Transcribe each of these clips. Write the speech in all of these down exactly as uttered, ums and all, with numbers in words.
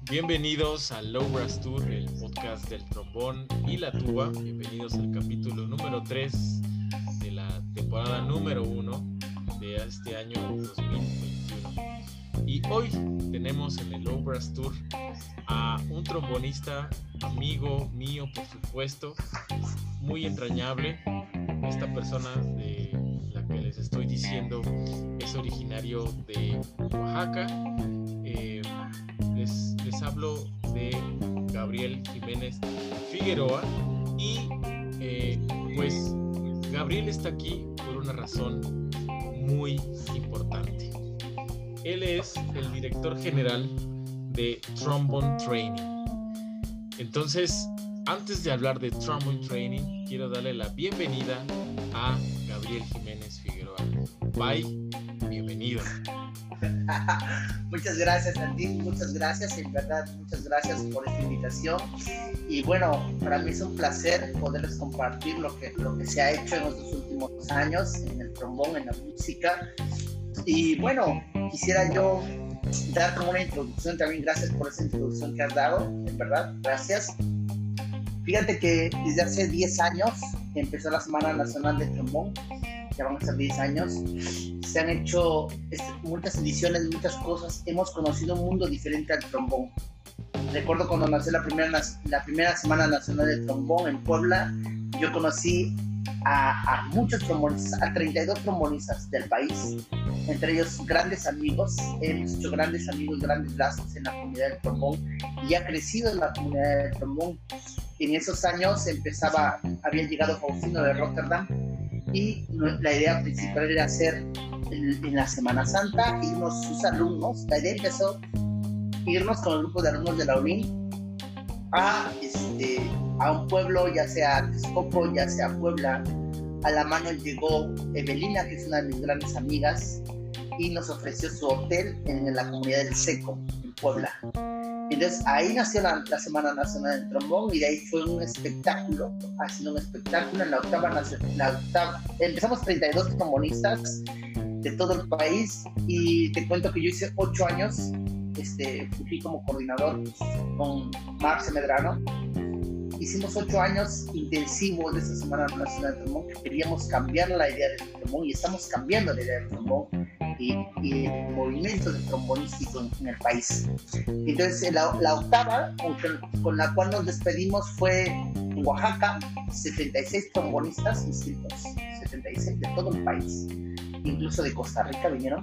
Bienvenidos a Low Brass Tour, el podcast del trombón y la tuba. Bienvenidos al capítulo número tres de la temporada número uno de este año dos mil veintiuno. Y hoy tenemos en el Low Brass Tour a un trombonista, amigo mío por supuesto, muy entrañable. Esta persona de la que les estoy diciendo es originario de Oaxaca. Eh, les, les hablo de Gabriel Jiménez Figueroa y eh, pues Gabriel está aquí por una razón muy importante. Él es el director general de Trombone Training. Entonces, antes de hablar de Trombone Training, quiero darle la bienvenida a Gabriel Jiménez Figueroa. Bye, bienvenido. Muchas gracias, Andy, muchas gracias, en verdad, muchas gracias por esta invitación. Y bueno, para mí es un placer poderles compartir lo que, lo que se ha hecho en los dos últimos años en el trombón, en la música. Y bueno, quisiera yo dar como una introducción también. Gracias por esa introducción que has dado, en verdad, gracias. Fíjate que desde hace diez años empezó la Semana Nacional del Trombón. Ya van a ser diez años. Se han hecho muchas ediciones, muchas cosas. Hemos conocido un mundo diferente al trombón. Recuerdo cuando nació la primera, la primera Semana Nacional del Trombón en Puebla. Yo conocí a, a muchos trombonistas, a treinta y dos trombonistas del país. Entre ellos grandes amigos. Hemos hecho grandes amigos, grandes lazos en la comunidad del trombón. Y ha crecido la comunidad del trombón. En esos años empezaba, había llegado Faustino de Rotterdam. Y la idea principal era hacer en la Semana Santa, irnos sus alumnos. La idea empezó irnos con el grupo de alumnos de la U N I a, este, a un pueblo, ya sea Texcoco, ya sea Puebla. A la mano llegó Evelina, que es una de mis grandes amigas, y nos ofreció su hotel en la comunidad del Seco, en Puebla. Entonces ahí nació la, la Semana Nacional del Trombón y de ahí fue un espectáculo, ha sido un espectáculo en la octava nacional. La octava, empezamos treinta y dos trombonistas de todo el país y te cuento que yo hice ocho años, este, fui como coordinador con Marce Medrano. Hicimos ocho años intensivos de esa Semana Nacional del Trombón, que queríamos cambiar la idea del trombón y estamos cambiando la idea del trombón y, y el movimiento del trombonístico en, en el país. Entonces la, la octava con, con la cual nos despedimos fue en Oaxaca, setenta y seis trombonistas inscritos, setenta y seis de todo el país, incluso de Costa Rica vinieron.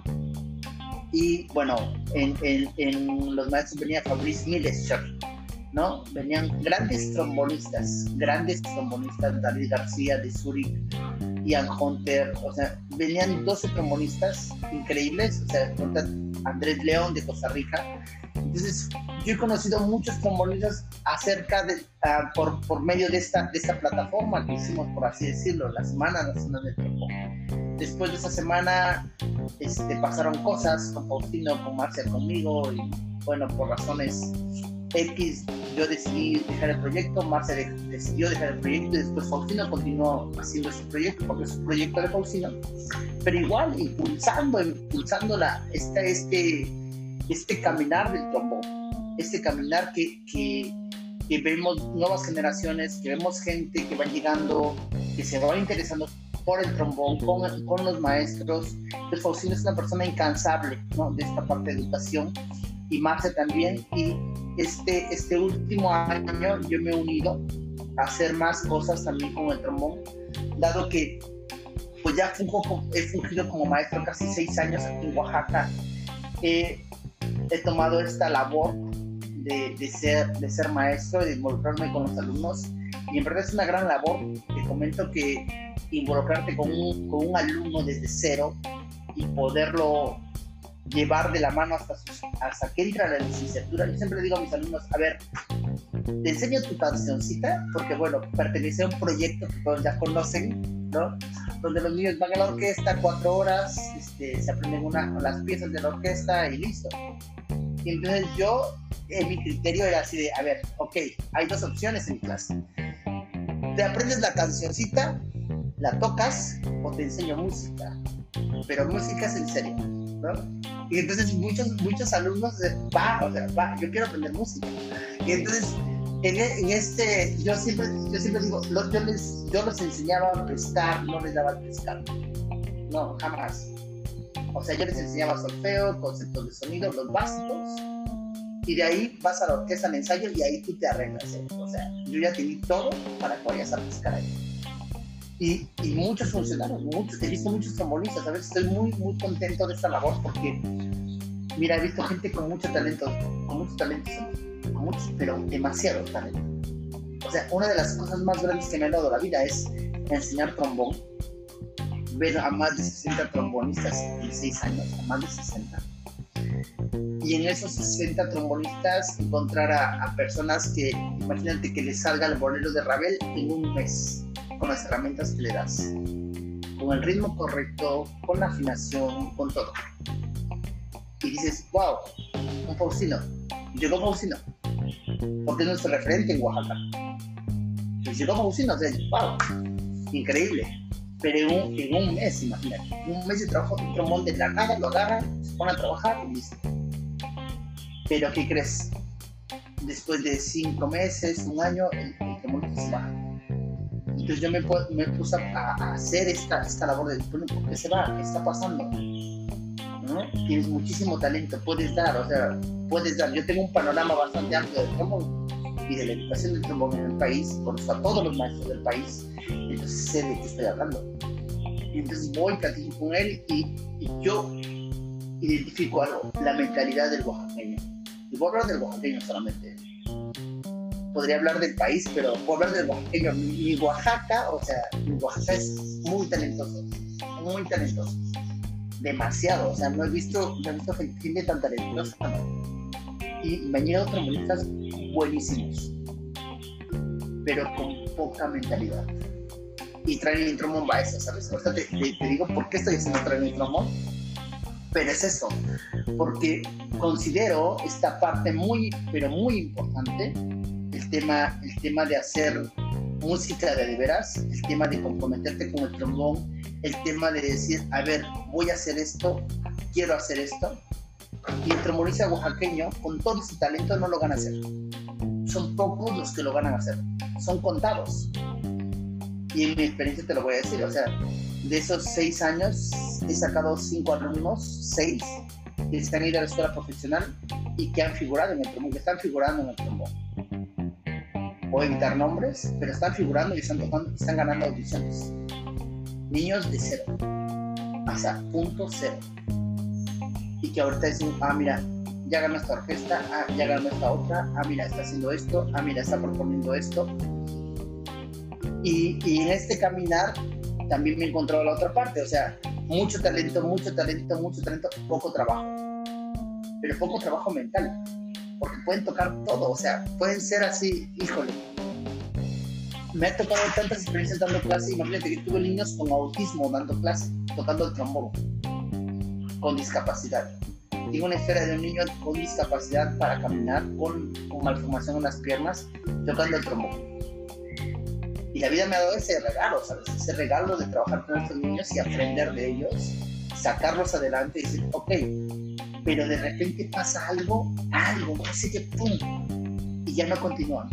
Y bueno, en, en, en los maestros venía Fabrice Millescher, ¿no? Venían grandes trombonistas, grandes trombonistas, David García de Zurich, Ian Hunter, o sea, venían doce trombonistas increíbles, o sea, Andrés León de Costa Rica. Entonces, yo he conocido muchos trombonistas acerca de, uh, por, por medio de esta, de esta plataforma que hicimos, por así decirlo, la Semana Nacional del Trombón. Después de esa semana, este, pasaron cosas con Faustino, con Marcia, conmigo, y bueno, por razones X, yo decidí dejar el proyecto, Marcia de, decidió dejar el proyecto y después Faustino continuó haciendo ese proyecto porque es un proyecto de Faustino, pero igual impulsando, impulsando la, este, este, este caminar del trombón, este caminar que, que, que vemos nuevas generaciones, que vemos gente que va llegando, que se va interesando por el trombón, con, con los maestros. Entonces Faustino es una persona incansable, ¿no?, de esta parte de educación, y Marcia también, y este, este último año yo me he unido a hacer más cosas también con el trombón, dado que pues ya funjo, he fungido como maestro casi seis años aquí en Oaxaca. Eh, he tomado esta labor de, de, ser, de ser maestro y de involucrarme con los alumnos, y en verdad es una gran labor. Te comento que involucrarte con un, con un alumno desde cero y poderlo llevar de la mano hasta, sus, hasta que entra a la licenciatura. Yo siempre digo a mis alumnos, a ver, te enseño tu cancioncita, porque bueno, pertenece a un proyecto que todos ya conocen, ¿no?, donde los niños van a la orquesta cuatro horas, este, se aprenden una, las piezas de la orquesta y listo. Y entonces yo, en mi criterio era así de, a ver, ok, hay dos opciones en mi clase. Te aprendes la cancioncita, la tocas, o te enseño música, pero música es en serio, ¿no? Y entonces muchos, muchos alumnos, va, o sea, va, yo quiero aprender música. Y entonces, en, en este, yo siempre, yo siempre digo, los, yo, les, yo los enseñaba a pescar, no les daba a pescar. No, jamás. O sea, yo les enseñaba solfeo, conceptos de sonido, los básicos, y de ahí vas a la orquesta, al ensayo, y ahí tú te arreglas, ¿eh? O sea, yo ya te di todo para que vayas a pescar ahí. Y, y muchos funcionaron, muchos, he visto muchos trombonistas, a veces estoy muy, muy contento de esta labor porque, mira, he visto gente con mucho talento, con mucho talento, con mucho, pero demasiado talento. O sea, una de las cosas más grandes que me ha dado la vida es enseñar trombón, ver a más de sesenta trombonistas en seis años, a más de sesenta. Y en esos sesenta trombonistas encontrar a, a personas que, imagínate que les salga el bolero de Ravel en un mes, con las herramientas que le das, con el ritmo correcto, con la afinación, con todo. Y dices, wow, un Faustino, llegó Faustino, porque es nuestro referente en Oaxaca. Y llegó Faustino, o sea, wow, increíble. Pero en un, en un mes, imagínate, en un mes de trabajo, un trombón de la nada, lo agarra, se pone a trabajar y listo. Pero ¿qué crees? Después de cinco meses, un año, el, el trombón se baja. Entonces yo me, me puse a, a hacer esta, esta labor de, bueno, ¿por qué se va? ¿Qué está pasando? ¿No? Tienes muchísimo talento, puedes dar, o sea, puedes dar. Yo tengo un panorama bastante amplio del trombón y de la educación del trombón en el país, conozco a todos los maestros del país, entonces sé de qué estoy hablando. Y entonces voy, platico con él y, y yo identifico algo, la mentalidad del oaxaqueño. Y voy a hablar del oaxaqueño solamente. Podría hablar del país, pero puedo hablar del oaxaqueño. Mi, mi Oaxaca, o sea, mi Oaxaca es muy talentoso, muy talentoso, demasiado. O sea, no he visto, no he visto gente tan talentosa, ¿no? Y me han llegado trombonistas buenísimos, pero con poca mentalidad. Y traen el trombón va eso, ¿sabes? Ahorita te, te, te digo por qué estoy haciendo traer el trombón, pero es eso, porque considero esta parte muy, pero muy importante. El tema, el tema de hacer música de de veras, el tema de comprometerte con el trombón, el tema de decir, a ver, voy a hacer esto, quiero hacer esto. Y el trombonista oaxaqueño, con todo su talento, no lo van a hacer. Son pocos los que lo van a hacer, son contados. Y en mi experiencia te lo voy a decir, o sea, de esos seis años he sacado cinco alumnos, seis, que están ido a la escuela profesional y que han figurado en el trombón, que están figurando en el trombón. Voy a evitar nombres, pero están figurando y están tocando, están ganando audiciones. Niños de cero, o sea, punto cero. Y que ahorita dicen, ah, mira, ya ganó esta orquesta, ah, ya ganó esta otra, ah, mira, está haciendo esto, ah, mira, está proponiendo esto. Y, y en este caminar también me he encontrado la otra parte, o sea, mucho talento, mucho talento, mucho talento, poco trabajo. Pero poco trabajo mental. Porque pueden tocar todo, o sea, pueden ser así, híjole. Me ha tocado tantas experiencias dando clase, imagínate que tuve niños con autismo dando clase, tocando el trombón, con discapacidad. Tengo una historia de un niño con discapacidad para caminar, con, con malformación en las piernas, tocando el trombón. Y la vida me ha dado ese regalo, ¿sabes? Ese regalo de trabajar con estos niños y aprender de ellos, sacarlos adelante y decir, ok, pero de repente pasa algo, algo, así que pum, y ya no continúan.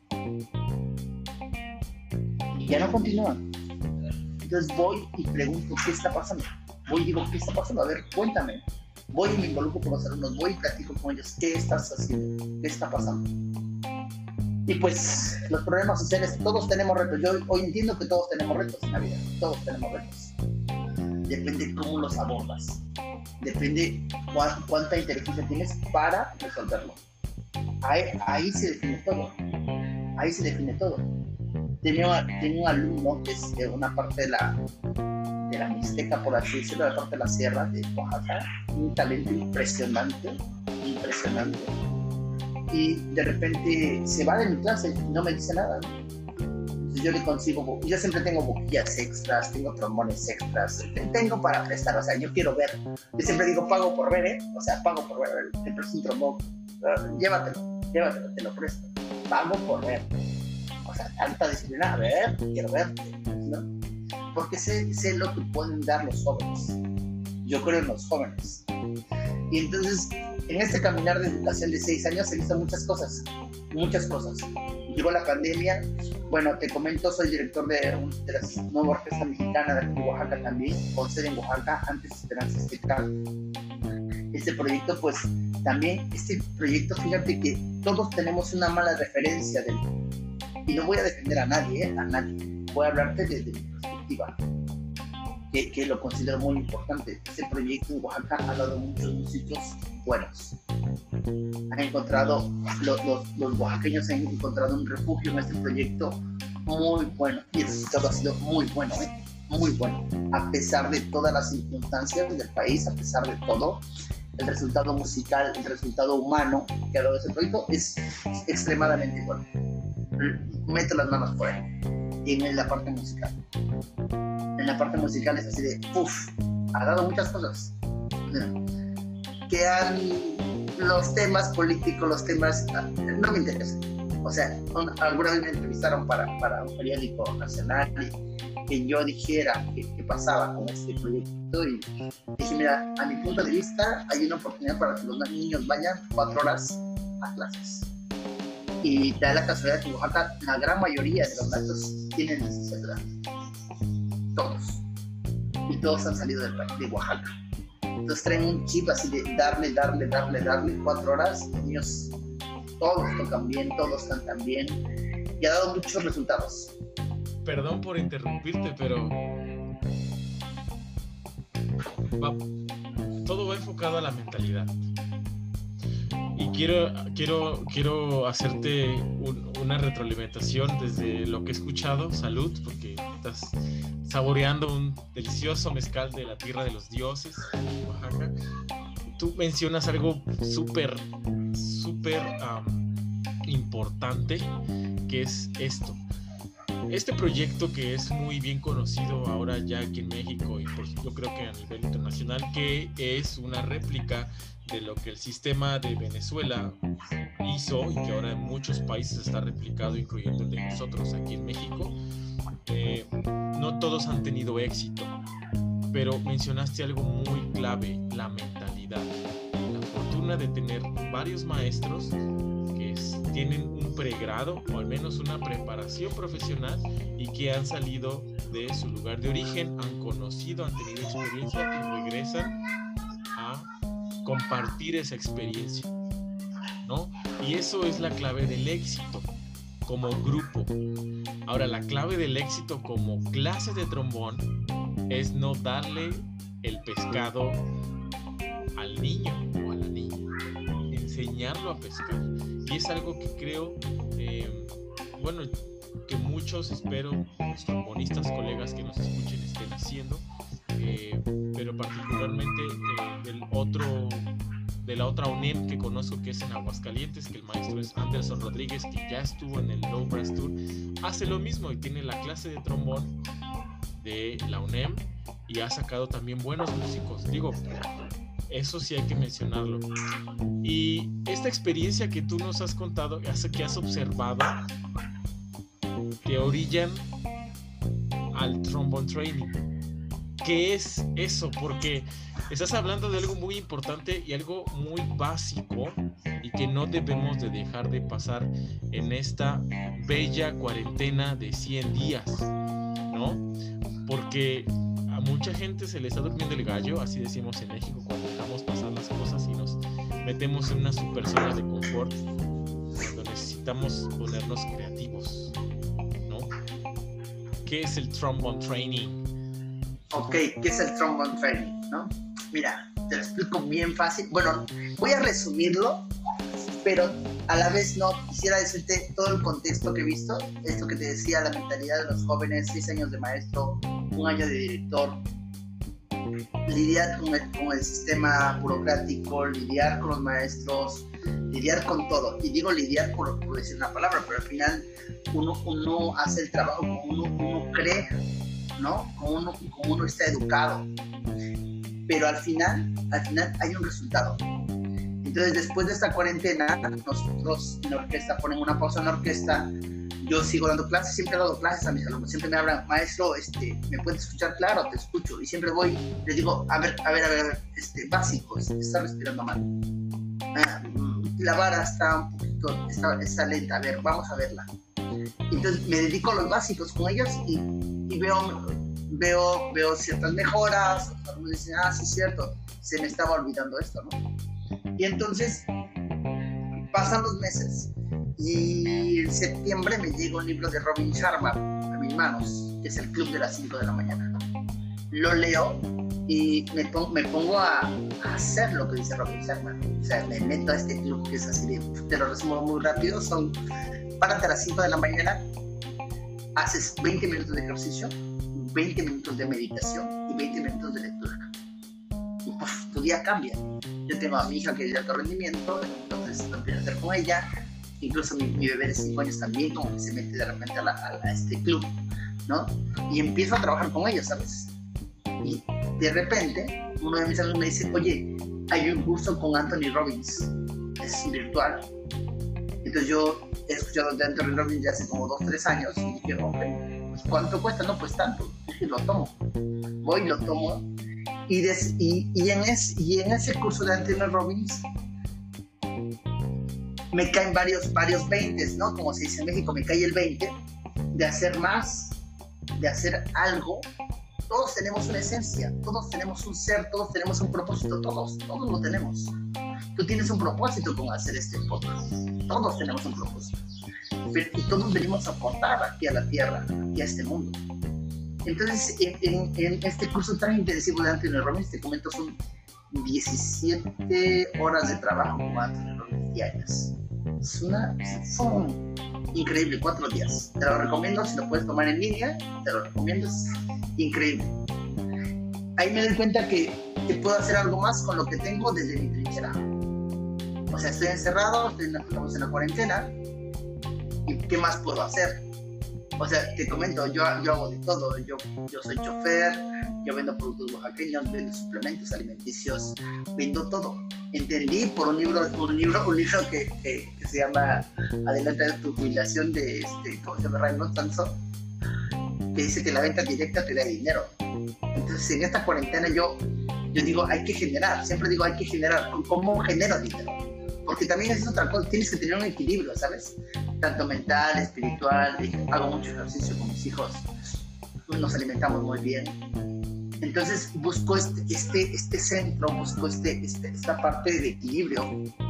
Y ya no continúan. Entonces voy y pregunto, ¿qué está pasando? Voy y digo, ¿qué está pasando? A ver, cuéntame. Voy y me involucro con los alumnos, voy y platico con ellos, ¿qué estás haciendo? ¿Qué está pasando? Y pues, los problemas sociales, todos tenemos retos. Yo hoy entiendo que todos tenemos retos en la vida, todos tenemos retos. Depende cómo los abordas. Depende cu- cuánta inteligencia tienes para resolverlo. Ahí, ahí se define todo. Ahí se define todo. Tenía, tenía un alumno que es de una parte de la, de la Mixteca, por así decirlo, de la parte de la sierra de Oaxaca. Un talento impresionante, impresionante. Y de repente se va de mi clase y no me dice nada, ¿no? Entonces yo le consigo, yo siempre tengo boquillas extras, tengo trombones extras, tengo para prestar, o sea, yo quiero ver. Yo siempre digo, pago por ver, ¿eh? O sea, pago por ver, te presto un trombón, uh, llévatelo, llévatelo, te lo presto, pago por ver. O sea, tanta disciplina, a ver, quiero verte, ¿no? Porque sé, sé lo que pueden dar los jóvenes. Yo creo en los jóvenes. Y entonces, en este caminar de educación de seis años he visto muchas cosas, muchas cosas. Llegó la pandemia, bueno, te comento, soy director de, un, de la nueva orquesta mexicana de Oaxaca también, con sede en Oaxaca, antes Esperanza Estecal. Este proyecto, pues, también, este proyecto, fíjate que todos tenemos una mala referencia de él. Y no voy a defender a nadie, ¿eh? A nadie. Voy a hablarte desde mi perspectiva, que, que lo considero muy importante. Este proyecto en Oaxaca ha dado muchos músicos buenos. Han encontrado, los, los, los oaxaqueños han encontrado un refugio en este proyecto muy bueno. Y el resultado ha sido muy bueno, ¿eh? Muy bueno. A pesar de todas las circunstancias del país, a pesar de todo, el resultado musical, el resultado humano que ha dado ese proyecto es extremadamente bueno. Meto las manos por ahí. Y en la parte musical. En la parte musical es así de, uff, ha dado muchas cosas. Que han, los temas políticos, los temas, no me interesan. O sea, un, alguna vez me entrevistaron para, para un periódico nacional y que yo dijera qué pasaba con este proyecto y dije, mira, a mi punto de vista hay una oportunidad para que los niños vayan cuatro horas a clases. Y da la casualidad que en Oaxaca la gran mayoría de los maestros tienen licenciatura. Todos. Y todos han salido del país, de Oaxaca. Entonces traen un chip así de darle, darle, darle, darle cuatro horas. Los niños todos tocan bien, todos cantan bien. Y ha dado muchos resultados. Perdón por interrumpirte, pero va, todo va enfocado a la mentalidad. Y quiero, quiero, quiero hacerte un, una retroalimentación desde lo que he escuchado. Salud, porque estás saboreando un delicioso mezcal de la tierra de los dioses, Oaxaca. Tú mencionas algo súper, súper um, importante, que es esto. Este proyecto que es muy bien conocido ahora ya aquí en México y por, yo creo que a nivel internacional, que es una réplica de lo que el sistema de Venezuela hizo y que ahora en muchos países está replicado, incluyendo el de nosotros aquí en México. Eh, no todos han tenido éxito, pero mencionaste algo muy clave, la mentalidad. La fortuna de tener varios maestros que es, tienen un pregrado o al menos una preparación profesional y que han salido de su lugar de origen, han conocido, han tenido experiencia y regresan a compartir esa experiencia, ¿no? Y eso es la clave del éxito como grupo. Ahora, la clave del éxito como clase de trombón es no darle el pescado al niño o a la niña, enseñarlo a pescar. Y es algo que creo, eh, bueno, que muchos, espero, los trombonistas, colegas que nos escuchen estén haciendo, eh, pero particularmente eh, del otro, de la otra U N E M que conozco, que es en Aguascalientes, que el maestro es Anderson Rodríguez, que ya estuvo en el Low Brass Tour, hace lo mismo y tiene la clase de trombón de la U N E M y ha sacado también buenos músicos. Digo, eso sí hay que mencionarlo. Y esta experiencia que tú nos has contado, que has observado, te orillan al trombone training. ¿Qué es eso? Porque estás hablando de algo muy importante y algo muy básico y que no debemos de dejar de pasar en esta bella cuarentena de cien días, ¿no? Porque a mucha gente se le está durmiendo el gallo, así decimos en México, cuando dejamos pasar las cosas y nos metemos en una super zona de confort, cuando necesitamos ponernos creativos, ¿no? ¿Qué es el trombone training? Ok, ¿qué es el trombone training, no? Mira, te lo explico bien fácil. Bueno, voy a resumirlo, pero a la vez no. Quisiera decirte todo el contexto que he visto, esto que te decía, la mentalidad de los jóvenes, seis años de maestro, un año de director, lidiar con el, con el sistema burocrático, lidiar con los maestros, lidiar con todo. Y digo lidiar por, por decir una palabra, pero al final uno, uno hace el trabajo como uno, uno cree, ¿no? Como uno, como uno está educado. Pero al final, al final hay un resultado. Entonces, después de esta cuarentena, nosotros en la orquesta ponen una pausa en la orquesta. Yo sigo dando clases, siempre he dado clases a mis alumnos, siempre me hablan, maestro, este, ¿me puedes escuchar? Claro, te escucho. Y siempre voy, les digo, a ver, a ver, a ver, a ver este, básicos, está respirando mal. Ah, la vara está un poquito, está, está lenta, a ver, vamos a verla. Entonces me dedico a los básicos con ellos y, y veo, veo, veo ciertas mejoras. Me dicen, ah, sí es cierto, se me estaba olvidando esto, ¿no? Y entonces pasan los meses y en septiembre me llega un libro de Robin Sharma a mis manos, que es El Club de las cinco de la mañana. Lo leo y me pongo, me pongo a, a hacer lo que dice Robin Sharma. O sea, me meto a este club que es así de, te lo resumo muy rápido, son, párate a las cinco de la mañana, haces veinte minutos de ejercicio, veinte minutos de meditación y veinte minutos de lectura. Y uf, tu día cambia. Yo tengo a mi hija que es de alto rendimiento, entonces lo empiezo a hacer con ella. Incluso mi, mi bebé de cinco años también como que se mete de repente a, la, a, a este club, ¿no? Y empiezo a trabajar con ellos, ¿sabes? Y de repente uno de mis alumnos me dice, oye, hay un curso con Anthony Robbins, es virtual. Entonces yo he escuchado de Anthony Robbins ya hace como dos, tres años y dije, hombre, pues, ¿cuánto cuesta? No, pues tanto. Y dije, lo tomo. Voy, lo tomo. Y, des, y, y, en es, y en ese curso de Anthony Robbins me caen varios, varios veintes, ¿no? Como se dice en México, me cae el veinte de hacer más, de hacer algo. Todos tenemos una esencia, todos tenemos un ser, todos tenemos un propósito, todos, todos lo tenemos. Tú tienes un propósito con hacer este podcast, todos tenemos un propósito. Pero, y todos venimos a aportar aquí a la tierra, aquí a este mundo. Entonces, en, en, en este curso tan intensivo de Anthony Robbins, te comento, son diecisiete horas de trabajo con Anthony Robbins diarias. Es una, son increíble, cuatro días. Te lo recomiendo, si lo puedes tomar en línea, te lo recomiendo, es increíble. Ahí me doy cuenta que, que puedo hacer algo más con lo que tengo desde mi trinchera. O sea, estoy encerrado, estoy en la, estamos en la cuarentena, ¿y qué más puedo hacer? O sea, te comento, yo, yo hago de todo, yo, yo soy chofer, yo vendo productos oaxaqueños, vendo suplementos alimenticios, vendo todo. Entendí por un libro, un libro, un libro que, que, que se llama Adelante de tu jubilación, de este, ¿cómo se llama? Raymond Tanso, que dice que la venta directa te da dinero. Entonces, en esta cuarentena yo, yo digo, hay que generar, siempre digo, hay que generar. ¿Cómo genero dinero? Porque también es otra cosa, tienes que tener un equilibrio, ¿sabes? Tanto mental, espiritual, hago mucho ejercicio con mis hijos, nos alimentamos muy bien. Entonces busco este, este, este centro, busco este, este, esta parte de equilibrio.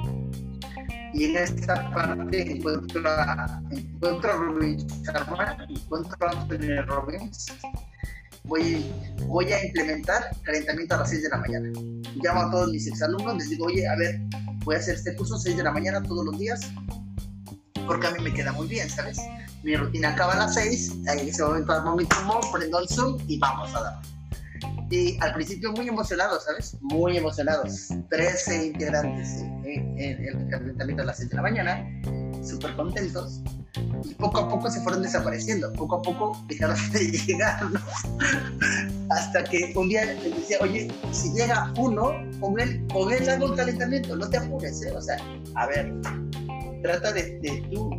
Y en esta parte encuentro a, encuentro a Robin Sharma, encuentro a Anthony Robbins. Voy, voy a implementar calentamiento a las seis de la mañana. Llamo a todos mis exalumnos, les digo, oye, a ver, voy a hacer este curso seis de la mañana todos los días, porque a mí me queda muy bien, ¿sabes? Mi rutina acaba a las seis, en ese momento armo mi tumor, prendo el Zoom y vamos a dar. Y al principio muy emocionados, ¿sabes? Muy emocionados. trece integrantes en, en el calentamiento a las seis de la mañana, súper contentos. Y poco a poco se fueron desapareciendo, poco a poco dejaron de llegar, ¿no? Hasta que un día les decía, oye, si llega uno, con él, con él hago el calentamiento, no te apures, ¿eh? O sea, a ver, trata de, de tú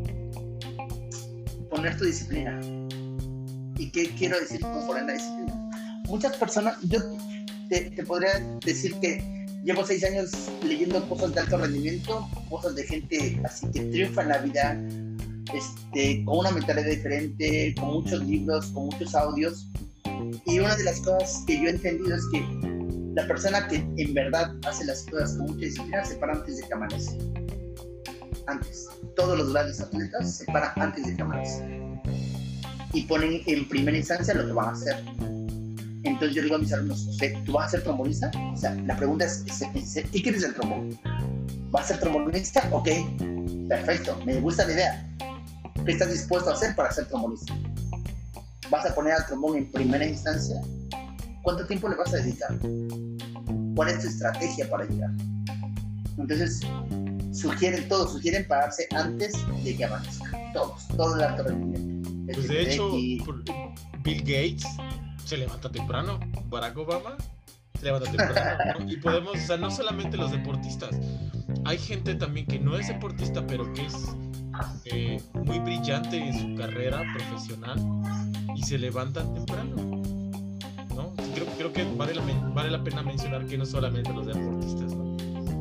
poner tu disciplina. ¿Y qué quiero decir con poner la disciplina? Muchas personas, yo te, te podría decir que llevo seis años leyendo cosas de alto rendimiento, cosas de gente así que triunfa en la vida, este, con una mentalidad diferente, con muchos libros, con muchos audios. Y una de las cosas que yo he entendido es que la persona que en verdad hace las cosas con mucha disciplina se para antes de que amanece. Antes. Todos los grandes atletas se paran antes de que amanece. Y ponen en primera instancia lo que van a hacer. Entonces yo digo a mis alumnos, ¿tú vas a ser trombonista? O sea, la pregunta es, es, es ¿qué quieres del trombón? ¿Vas a ser trombonista? Ok, perfecto, me gusta la idea. ¿Qué estás dispuesto a hacer para ser trombonista? ¿Vas a poner al trombón en primera instancia? ¿Cuánto tiempo le vas a dedicar? ¿Cuál es tu estrategia para llegar? Entonces, sugieren todos, sugieren pararse antes de que amanezca. Todos, todo el alto rendimiento. Pues de hecho, Bill Gates se levanta temprano, Barack Obama se levanta temprano, ¿no? Y podemos, o sea, no solamente los deportistas, hay gente también que no es deportista, pero que es eh, muy brillante en su carrera profesional y se levantan temprano, ¿no? Creo, creo que vale la, vale la pena mencionar que no solamente los deportistas, ¿no?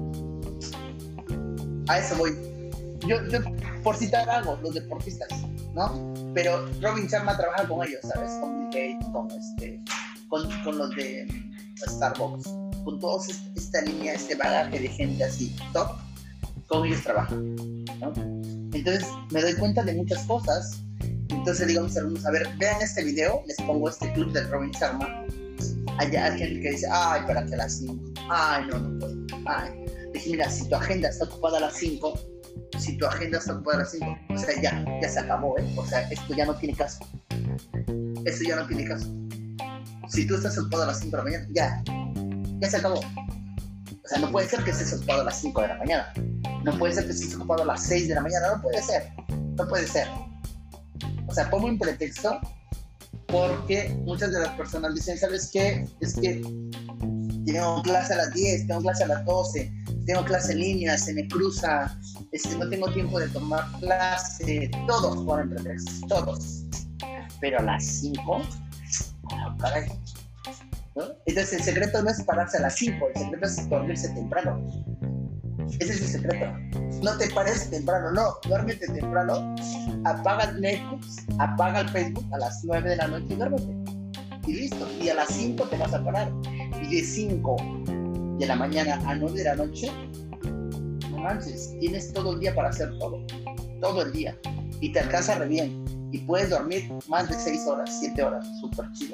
A eso voy. Yo, yo por citar algo, los deportistas, ¿no? Pero Robin Sharma trabaja con ellos, ¿sabes? Con Bill Gates, con, este, con, con los de Starbucks, con toda esta línea, este bagaje de gente así top, con ellos trabajan, ¿no? Entonces me doy cuenta de muchas cosas. Entonces digo a mis alumnos, a ver, vean este video, les pongo este clip de Robin Sharma. Hay alguien que dice, ay, ¿para qué a las cinco? Ay, no, no puedo. Ay. Dije, mira, si tu agenda está ocupada a las cinco, si tu agenda está ocupada a las cinco, o sea, ya, ya se acabó, ¿eh? O sea, esto ya no tiene caso. Esto ya no tiene caso. Si tú estás ocupado a las cinco de la mañana, ya, ya se acabó. O sea, no puede ser que estés ocupado a las cinco de la mañana. No puede ser que estés ocupado a las seis de la mañana. No puede ser. No puede ser. O sea, pongo un pretexto porque muchas de las personas dicen, ¿sabes qué? Es que tengo clase a las diez, tengo clase a las doce, tengo clase en línea, se me cruza, este, no tengo tiempo de tomar clase. Todos ponen pretextos, todos. Pero a las cinco, oh, caray, ¿no? Entonces el secreto no es pararse a las cinco, el secreto es dormirse temprano. Ese es el secreto. No te pares temprano, no, duérmete temprano, apaga el Netflix, apaga el Facebook a las nueve de la noche y duérmete. Y listo, y a las cinco te vas a parar. Y de cinco de la mañana a nueve de la noche, no manches, tienes todo el día para hacer todo, todo el día. Y te alcanza re bien. Y puedes dormir más de seis horas, siete horas, súper chido.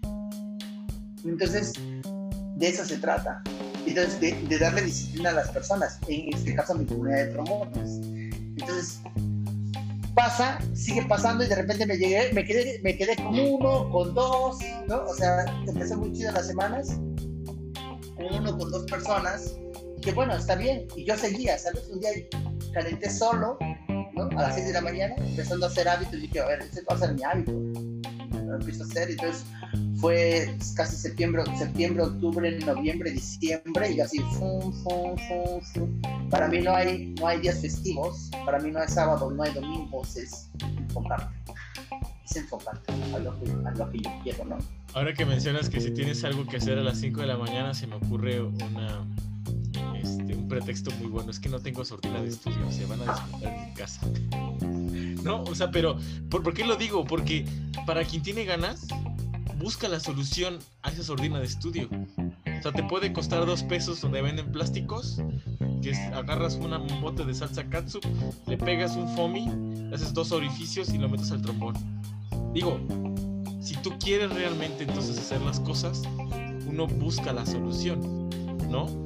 Entonces, de eso se trata. Entonces, de, de darle disciplina a las personas, en este caso a mi comunidad de promotores. Entonces, pasa, sigue pasando y de repente me llegué, me quedé, me quedé con uno, con dos, ¿no? O sea, empezó muy chido las semanas, con uno, con dos personas, que bueno, está bien. Y yo seguía, ¿sabes? Un día calenté solo, ¿no? A las seis de la mañana, empezando a hacer hábitos, y dije, a ver, ese va a ser mi hábito. Lo empiezo a hacer, entonces fue casi septiembre, septiembre, octubre, noviembre, diciembre, y así, fum, fum, fum, fum. Para mí no hay, no hay días festivos, para mí no hay sábado, no hay domingos, es enfocarte, es enfocarte a lo que, a lo que yo quiero, ¿no? Ahora que mencionas que si tienes algo que hacer a las cinco de la mañana, se me ocurre una... Este, un pretexto muy bueno, es que no tengo sordina de estudio, se van a despertar en mi casa. No, o sea, pero ¿por, ¿por qué lo digo? Porque para quien tiene ganas, busca la solución a esa sordina de estudio. O sea, te puede costar dos pesos donde venden plásticos, que es, agarras una, un bote de salsa catsup, le pegas un foamy, le haces dos orificios y lo metes al trombón. Digo, si tú quieres realmente entonces hacer las cosas, uno busca la solución, ¿no?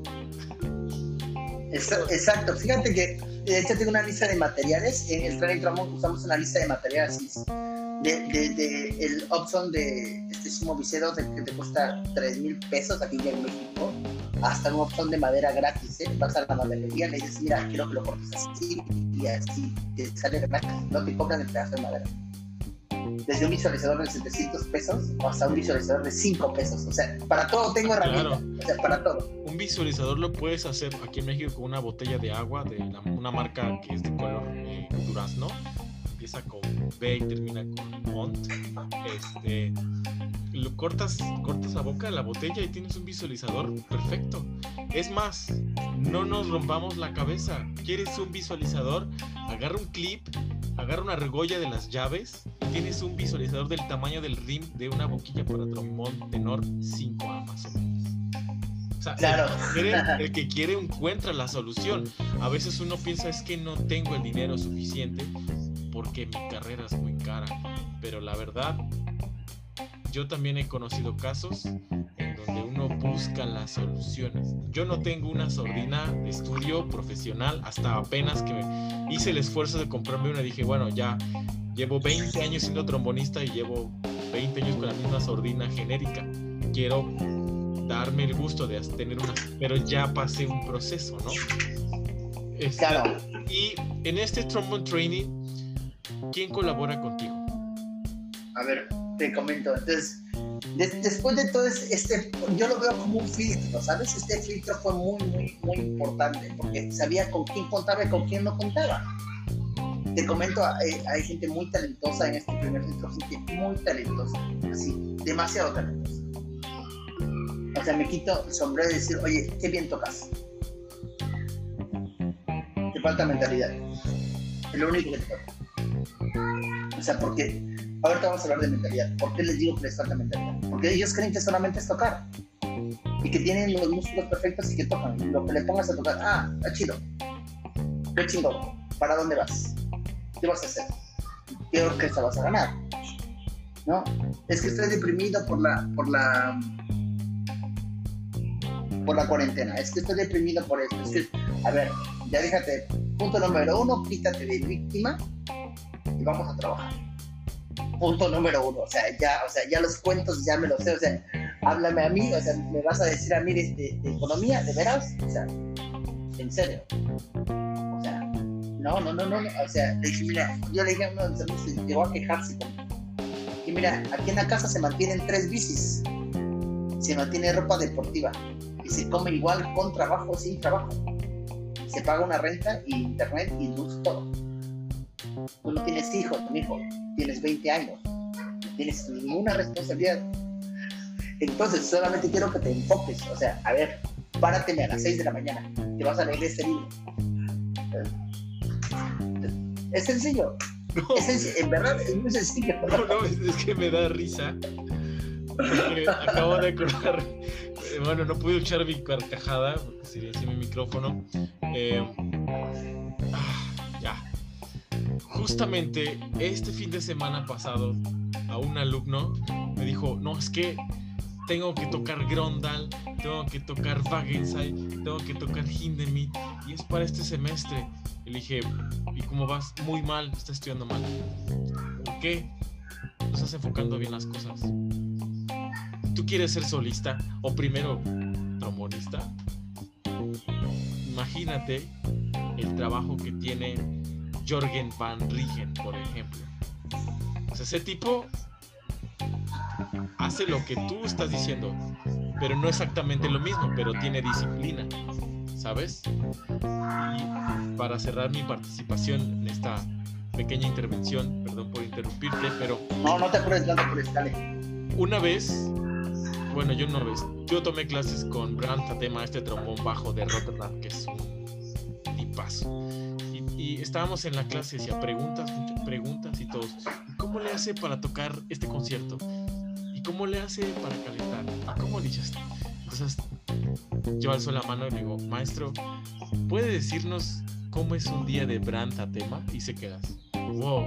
Exacto, fíjate que de hecho tengo una lista de materiales. En el Training Trombone usamos una lista de materiales de, de, de el option de este Sumo Vicedo que te cuesta tres mil pesos aquí en México, hasta un option de madera gratis, ¿eh? Vas a la madrería, le dices, mira, quiero que lo cortes así y así te sale gratis, no te cobran el pedazo de madera. Desde un visualizador de setecientos pesos hasta un visualizador de cinco pesos. O sea, para todo tengo herramientas. Claro. O sea, para todo. Un visualizador lo puedes hacer aquí en México con una botella de agua de la, una marca que es de color eh, durazno. Empieza con B y termina con Mont. Este, lo cortas, cortas la boca de la botella y tienes un visualizador perfecto. Es más, no nos rompamos la cabeza. ¿Quieres un visualizador? Agarra un clip, agarra una argolla de las llaves y tienes un visualizador del tamaño del rim de una boquilla para trombón tenor cinco A más o menos. O sea, claro. el, que quiere, el que quiere encuentra la solución. A veces uno piensa, es que no tengo el dinero suficiente porque mi carrera es muy cara. Pero la verdad, yo también he conocido casos en donde uno busca las soluciones. Yo no tengo una sordina de estudio profesional, hasta apenas que me hice el esfuerzo de comprarme una. Dije, bueno, ya llevo veinte años siendo trombonista y llevo veinte años con la misma sordina genérica. Quiero darme el gusto de tener una, pero ya pasé un proceso, ¿no? Este, claro. Y en este Trombone Training, ¿quién colabora contigo? A ver, te comento. Entonces, Des- después de todo este, yo lo veo como un filtro, ¿sabes? Este filtro fue muy, muy, muy importante porque sabía con quién contaba y con quién no contaba. Te comento, hay, hay gente muy talentosa en este primer filtro, gente muy talentosa, así, demasiado talentosa. O sea, me quito el sombrero y decir, oye, qué bien tocas. Te falta mentalidad. Es lo único que te falta. O sea, porque ahorita vamos a hablar de mentalidad. ¿Por qué les digo que les falta mentalidad? Porque ellos creen que solamente es tocar y que tienen los músculos perfectos y que tocan. Lo que le pongas a tocar, ah, está chido. Qué chingón. ¿Para dónde vas? ¿Qué vas a hacer? ¿Qué orquesta vas a ganar? ¿No? Es que estoy deprimido por la, por la, por la cuarentena. Es que estoy deprimido por esto. Es que, a ver, ya déjate. Punto número uno, quítate de víctima y vamos a trabajar. Punto número uno, o sea, ya, o sea, ya los cuentos ya me los sé, o sea, háblame a mí, o sea, me vas a decir a mí de, de, de economía, ¿de veras? O sea, en serio. O sea, no, no, no, no, no. O sea, le dije, mira, yo le dije a uno de mis amigos y llegó a quejarse conmigo. Y mira, aquí en la casa se mantienen tres bicis, se mantiene ropa deportiva y se come igual con trabajo o sin trabajo. Se paga una renta y internet y luz, todo. Tú no tienes hijos, mi hijo, tienes veinte años, no tienes ninguna responsabilidad. Entonces, solamente quiero que te enfoques. O sea, a ver, párateme a las seis de la mañana, te vas a leer este libro. Es sencillo. No, es sencillo. En verdad, es muy sencillo. No, no, es, es que me da risa. Porque acabo de acordar. Eh, bueno, no pude echar mi carcajada porque silencié mi micrófono. Eh, ah, ya. Justamente este fin de semana pasado, a un alumno me dijo: no, es que tengo que tocar Grondal, tengo que tocar Wagenseil, tengo que tocar Hindemith, y es para este semestre. Y le dije: ¿y cómo vas? Muy mal, estás estudiando mal. ¿Por qué? No estás enfocando bien las cosas. ¿Tú quieres ser solista o primero trombonista? Imagínate el trabajo que tiene Jürgen Van Rijn, por ejemplo. O sea, ese tipo hace lo que tú estás diciendo, pero no exactamente lo mismo, pero tiene disciplina, ¿sabes? Y para cerrar mi participación en esta pequeña intervención, perdón por interrumpirte, pero... No, no te apures, no te apures, dale. Una vez, bueno, yo una vez, yo tomé clases con Brandt Hatema, este trombón bajo de Rotterdam, que es un tipazo. Y, y estábamos en la clase, hacía preguntas, muchas preguntas y todos. ¿Cómo le hace para tocar este concierto? ¿Y cómo le hace para calentar? ¿Y cómo le echaste? Entonces, yo alzo la mano y le digo: maestro, ¿puede decirnos cómo es un día de Brandt Hatema? Y se queda así. Wow.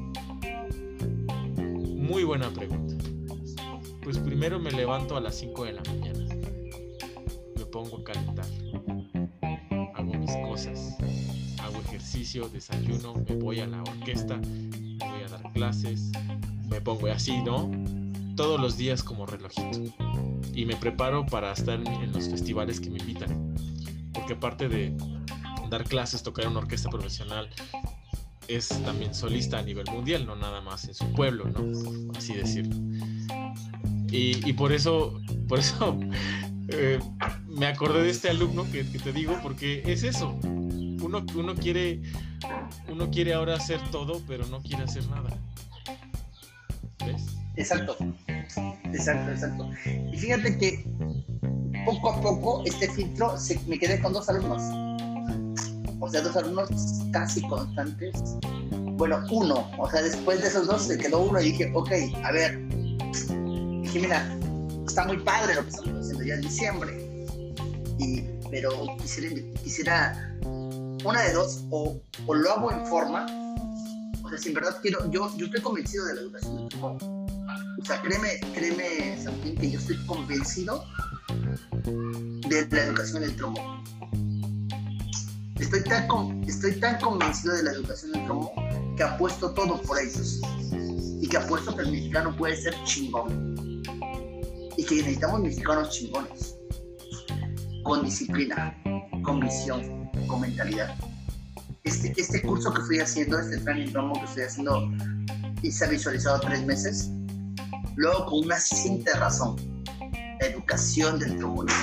Muy buena pregunta. Pues primero me levanto a las cinco de la mañana. Me pongo a calentar. Hago mis cosas. Hago ejercicio, desayuno, me voy a la orquesta, me voy a dar clases, me pongo así, ¿no? Todos los días como relojito. Y me preparo para estar en los festivales que me invitan. Porque aparte de dar clases, tocar en una orquesta profesional, es también solista a nivel mundial, no nada más en su pueblo, ¿no? Por así decirlo. Y, y por eso, por eso eh, me acordé de este alumno que, que te digo, porque es eso. Uno, uno quiere, uno quiere ahora hacer todo, pero no quiere hacer nada. ¿Ves? Exacto, exacto, exacto. Y fíjate que poco a poco este filtro se, me quedé con dos alumnos. O sea, dos alumnos casi constantes. Bueno, uno. O sea, después de esos dos se quedó uno y dije: ok, a ver. Dije: mira, está muy padre lo que estamos haciendo ya en diciembre. Y, pero quisiera, quisiera una de dos, o, o lo hago en forma. O sea, si en verdad quiero, yo, yo estoy convencido de la educación del trombón. O sea, créeme, créeme, Santín, que yo estoy convencido de la educación del trombón. Estoy tan, estoy tan convencido de la educación del trombón que apuesto todo por ellos. Y que apuesto que el mexicano puede ser chingón. Y que necesitamos mexicanos chingones. Con disciplina, con visión, con mentalidad. Este, este curso que estoy haciendo, este training trombón que estoy haciendo y se ha visualizado tres meses, luego con una simple razón, la educación del trombonista.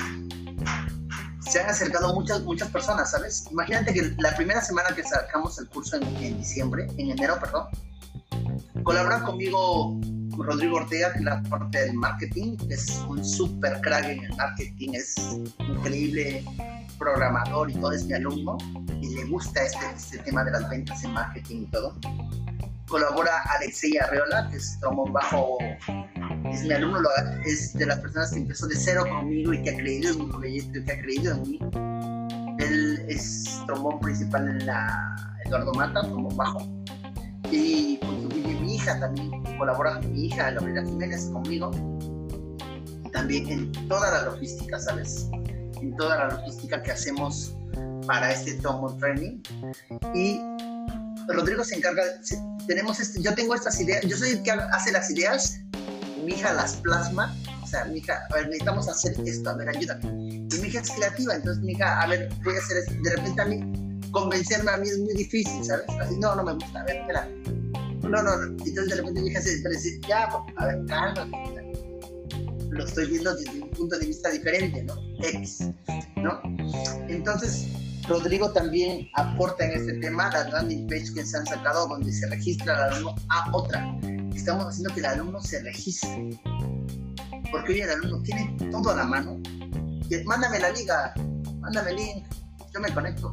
Se han acercado muchas, muchas personas, ¿sabes? Imagínate que la primera semana que sacamos el curso en, en diciembre, en enero, perdón, colabora conmigo Rodrigo Ortega, que es la parte del marketing, es un súper crack en el marketing, es increíble programador y todo, es mi alumno y le gusta este, este tema de las ventas en marketing y todo. Colabora Alexei Arreola, que es trombón bajo, es mi alumno, es de las personas que empezó de cero conmigo y que ha creído en mi proyecto, que ha creído en mí. Él es trombón principal en la Eduardo Mata, trombón bajo. Y contribuye mi hija también, colabora con mi hija, Gabriela Jiménez, conmigo. También en toda la logística, ¿sabes? En toda la logística que hacemos para este trombone training. Y Rodrigo se encarga, tenemos este, yo tengo estas ideas, yo soy el que hace las ideas, mi hija las plasma, o sea, mi hija, a ver, necesitamos hacer esto, a ver, ayúdame. Y mi hija es creativa, entonces mi hija, a ver, voy a hacer esto. De repente a mí, convencerme a mí es muy difícil, ¿sabes? Así, no, no me gusta, a ver, espera. No, no, no. Entonces de repente mi hija se dice, ya, a ver, cálmate. Lo estoy viendo desde un punto de vista diferente, ¿no? X, ¿no? Entonces, Rodrigo también aporta en este tema la landing page que se han sacado donde se registra el alumno a otra. Estamos haciendo que el alumno se registre. Porque hoy el alumno tiene todo a la mano. Y mándame la liga, mándame el link, yo me conecto.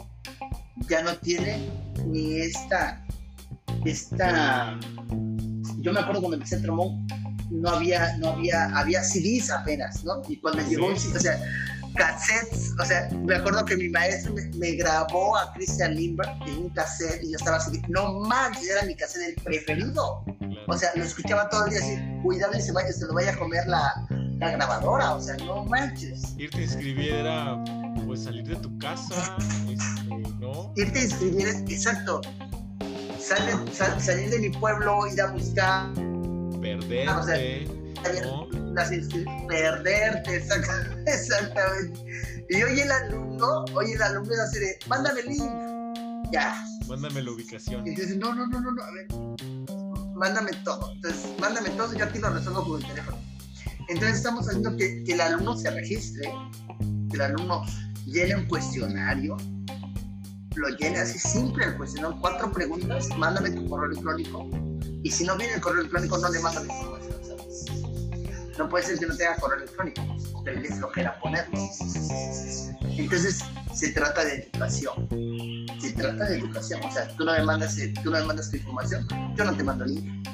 Ya no tiene ni esta, esta... Yo me acuerdo cuando empecé el trombón, no había, no había, había C Ds apenas, ¿no? Y cuando sí. llegó un C D, o sea, cassettes, o sea, me acuerdo que mi maestro me, me grabó a Christian Lindbergh en un cassette y yo estaba así, no manches, era mi cassette el preferido. O sea, lo escuchaba todo el día así, cuidado y se, vaya, se lo vaya a comer la, la grabadora, o sea, no manches. Irte a inscribir era, pues, salir de tu casa, este, ¿no? Irte a inscribir, exacto. Sal, sal, salir de mi pueblo, ir a buscar. Perderte, o sea, ¿no? Las perderte, exactamente, exactamente. Y hoy el alumno, hoy el alumno es así de, mándame el link, ya. Mándame la ubicación. Y entonces, no, no, no, no, no, a ver, mándame todo. Entonces, mándame todo, yo aquí lo resuelvo con el teléfono. Entonces estamos haciendo que, que el alumno se registre, que el alumno llene un cuestionario, lo llene así simple el cuestionario, cuatro preguntas, mándame tu correo electrónico. Y si no viene el correo electrónico, no le manda la información, ¿sabes? No puede ser que no tenga correo electrónico, porque le flojera ponerlo. Entonces, se trata de educación. Se trata de educación. O sea, tú no me mandas, tú no me mandas tu información, yo no te mando el link.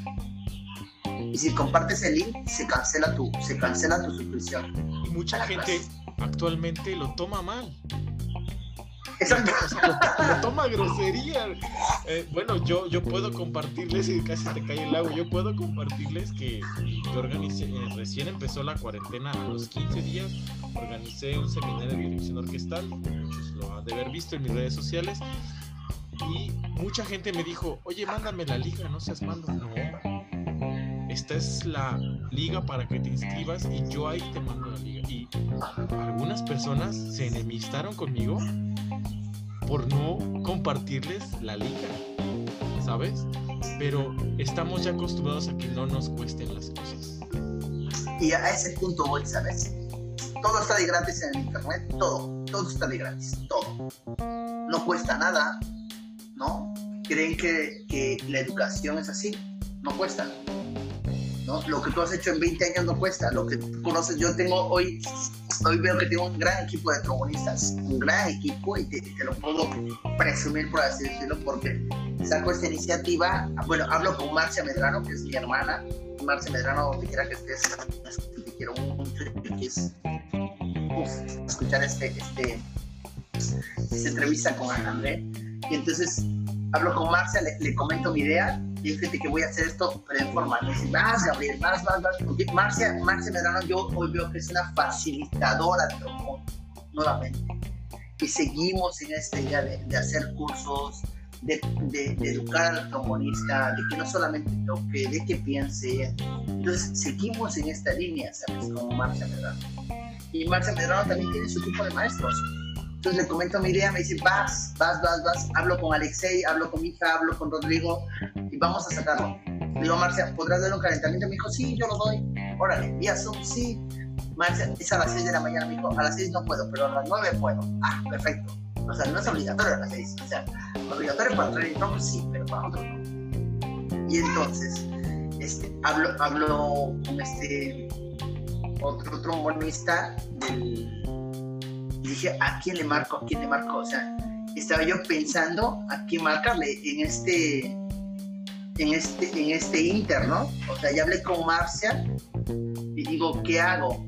Y si compartes el link, se cancela tu, se cancela tu suscripción. Y mucha gente actualmente lo toma mal. Exacto. O sea, lo, lo toma grosería. Eh, bueno, yo, yo puedo compartirles, y casi te cae el agua, yo puedo compartirles que yo organicé, eh, recién empezó la cuarentena, a los quince días, organicé un seminario de dirección orquestal, muchos lo han de haber visto en mis redes sociales, y mucha gente me dijo, oye, mándame la liga, no seas malo. No, esta es la liga para que te inscribas y yo ahí te mando la liga. Y algunas personas se enemistaron conmigo por no compartirles la liga, ¿sabes? Pero estamos ya acostumbrados a que no nos cuesten las cosas. Y a ese punto voy, ¿sabes? Todo está de gratis en el internet, todo, todo está de gratis, todo. No cuesta nada, ¿no? Creen que, que la educación es así, no cuesta, ¿no? Lo que tú has hecho en veinte años no cuesta, lo que tú conoces, yo tengo hoy, hoy veo que tengo un gran equipo de trombonistas, un gran equipo y te, te lo puedo presumir, por así decirlo, porque saco esta iniciativa, bueno, hablo con Marcia Medrano, que es mi hermana, Marcia Medrano, donde quiera que estés, te quiero mucho, que es, uf, escuchar este, este, esta entrevista con Ana André, y entonces hablo con Marcia, le, le comento mi idea, y fíjate que voy a hacer esto, pero en forma, me dice, más Gabriel, más, más, más, porque Marcia, Marcia Medrano, yo hoy veo que es una facilitadora de trombón, nuevamente, y seguimos en esta idea de, de hacer cursos, de, de, de educar al trombonista, de que no solamente toque, de que piense, entonces seguimos en esta línea, ¿sabes? Como Marcia Medrano, y Marcia Medrano también tiene su equipo de maestros. Entonces le comento mi idea, me dice, vas, vas, vas, vas, hablo con Alexei, hablo con mi hija, hablo con Rodrigo y vamos a sacarlo. Le digo, Marcia, ¿podrás dar un calentamiento? Me dijo, sí, yo lo doy. Órale, vía Zoom, sí. Marcia, es a las seis de la mañana, me dijo, a las seis no puedo, pero a las nueve puedo. Ah, perfecto. O sea, no es obligatorio a las seis. O sea, obligatorio para entrar en tronco, sí, pero para otro no. Y entonces, este, hablo, hablo con este otro trombonista del... Y dije, ¿a quién le marco? ¿A quién le marco? O sea, estaba yo pensando a quién marcarle en este, en este, en este inter, ¿no? O sea, ya hablé con Marcia y digo, ¿qué hago?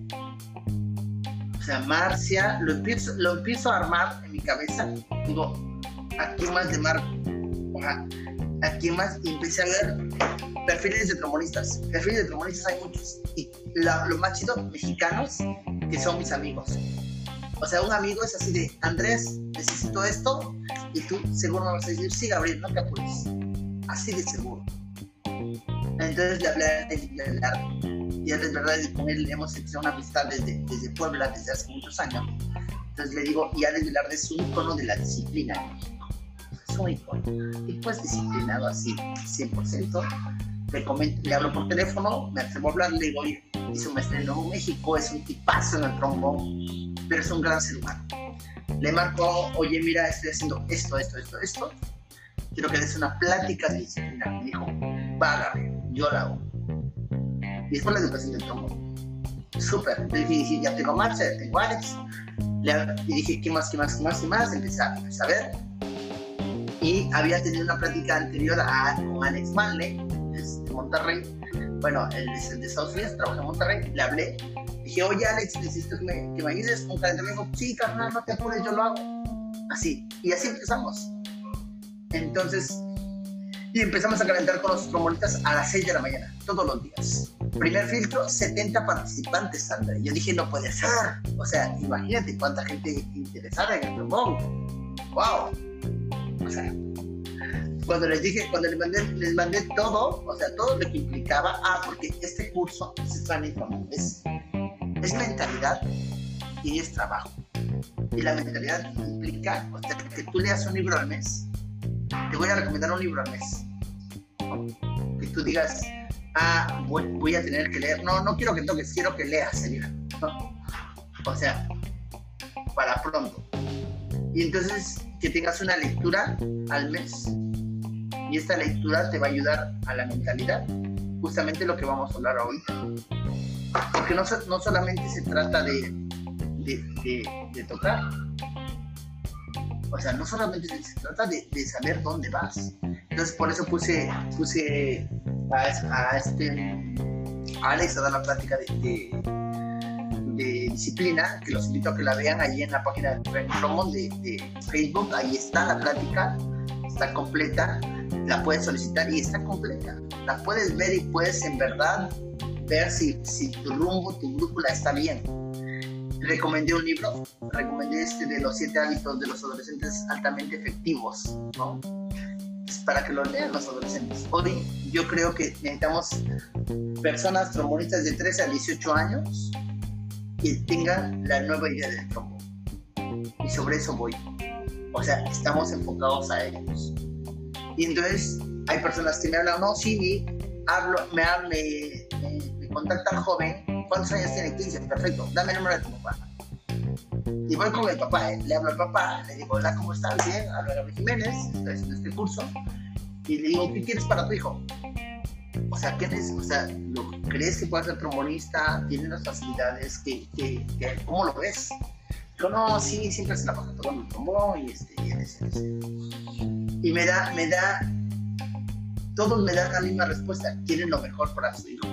O sea, Marcia, lo empiezo, lo empiezo a armar en mi cabeza. Digo, ¿a quién más le marco? O sea, ¿a quién más? Y empecé a ver perfiles de trombonistas. Perfiles de trombonistas hay muchos. Y la, lo más chido, mexicanos, que son mis amigos. O sea, un amigo es así de, Andrés, necesito esto, y tú seguro me vas a decir, sí, Gabriel, no te apures. Así de seguro. Entonces le hablé a él, le hablé a él. Y él es verdad, con él hemos hecho una amistad desde, desde Puebla, desde hace muchos años. Entonces le digo, y Alex Velarde es un icono de la disciplina en México. Es un icono. Y pues disciplinado así, cien por ciento. Le, comento, le hablo por teléfono, me atrevo a hablar, le digo, oye, hizo un maestría en Nuevo México, es un tipazo en el trombón, pero es un gran ser humano. Le marco, oye, mira, estoy haciendo esto, esto, esto, esto. Quiero que des una plática de disciplina. Me dijo, va, Gabriel, yo la hago. Y después la educación del trombón. Súper. Le dije, ya tengo Marcia, ya tengo Alex. Le, y dije, ¿qué más, qué más, qué más, qué más? Empecé a, empecé a ver. Y había tenido una plática anterior a, con Alex Manley, de Monterrey. Bueno, él es el de Estados Unidos, trabaja en Monterrey. Le hablé. Dije, oye, Alex, necesito que me, que me ayudes con un calentamiento. Me dijo, sí, carnal, no te apures, yo lo hago. Así. Y así empezamos. Entonces, y empezamos a calentar con los trombonistas a las seis de la mañana, todos los días. Primer filtro, setenta participantes, Sandra. Yo dije, no puede ser. O sea, imagínate cuánta gente interesada en el trombón. ¡Wow! O sea, cuando les dije, cuando les mandé, les mandé todo, o sea, todo lo que implicaba, ah, porque este curso es transformado, es, es mentalidad y es trabajo. Y la mentalidad implica, o sea, que tú leas un libro al mes. Te voy a recomendar un libro al mes, ¿no? Que tú digas, ah, voy, voy a tener que leer. No, no quiero que toques, quiero que leas el libro, ¿no? O sea, para pronto. Y entonces, que tengas una lectura al mes. Y esta lectura te va a ayudar a la mentalidad. Justamente lo que vamos a hablar ahorita. Porque no, no solamente se trata de, de, de, de tocar. O sea, no solamente se trata de, de saber dónde vas. Entonces, por eso puse, puse a, a, este, a Alex a dar la plática de, de, de disciplina, que los invito a que la vean allí en la página de Trombón de, de Facebook. Ahí está la plática, está completa, la puedes solicitar y está completa. La puedes ver y puedes en verdad ver si, si tu rumbo, tu brújula está bien. Recomendé un libro, recomendé este de los siete hábitos de los adolescentes altamente efectivos, ¿no? Es para que lo lean los adolescentes. Hoy yo creo que necesitamos personas trombonistas de trece a dieciocho años que tengan la nueva idea del trombón. Y sobre eso voy. O sea, estamos enfocados a ellos. Y entonces hay personas que me hablan, no, sí, hablo, me, me, me, me contacta el joven. ¿Cuántos años tiene? quince, perfecto, dame el número de tu papá. Y voy con el papá, ¿eh? Le hablo al papá, le digo, hola, ¿cómo estás? Bien, hablo a Gabriel Jiménez, estoy haciendo este curso. Y le digo, ¿qué quieres para tu hijo? O sea, ¿qué es? O sea, ¿lo, ¿crees que puede ser trombonista? ¿Tiene las facilidades? ¿Qué, qué, qué, ¿Cómo lo ves? Digo, no, sí, siempre se la pasa tocando el trombón y este, y ese, ese. Y me da, me da, todos me dan la misma respuesta, quieren lo mejor para su hijo.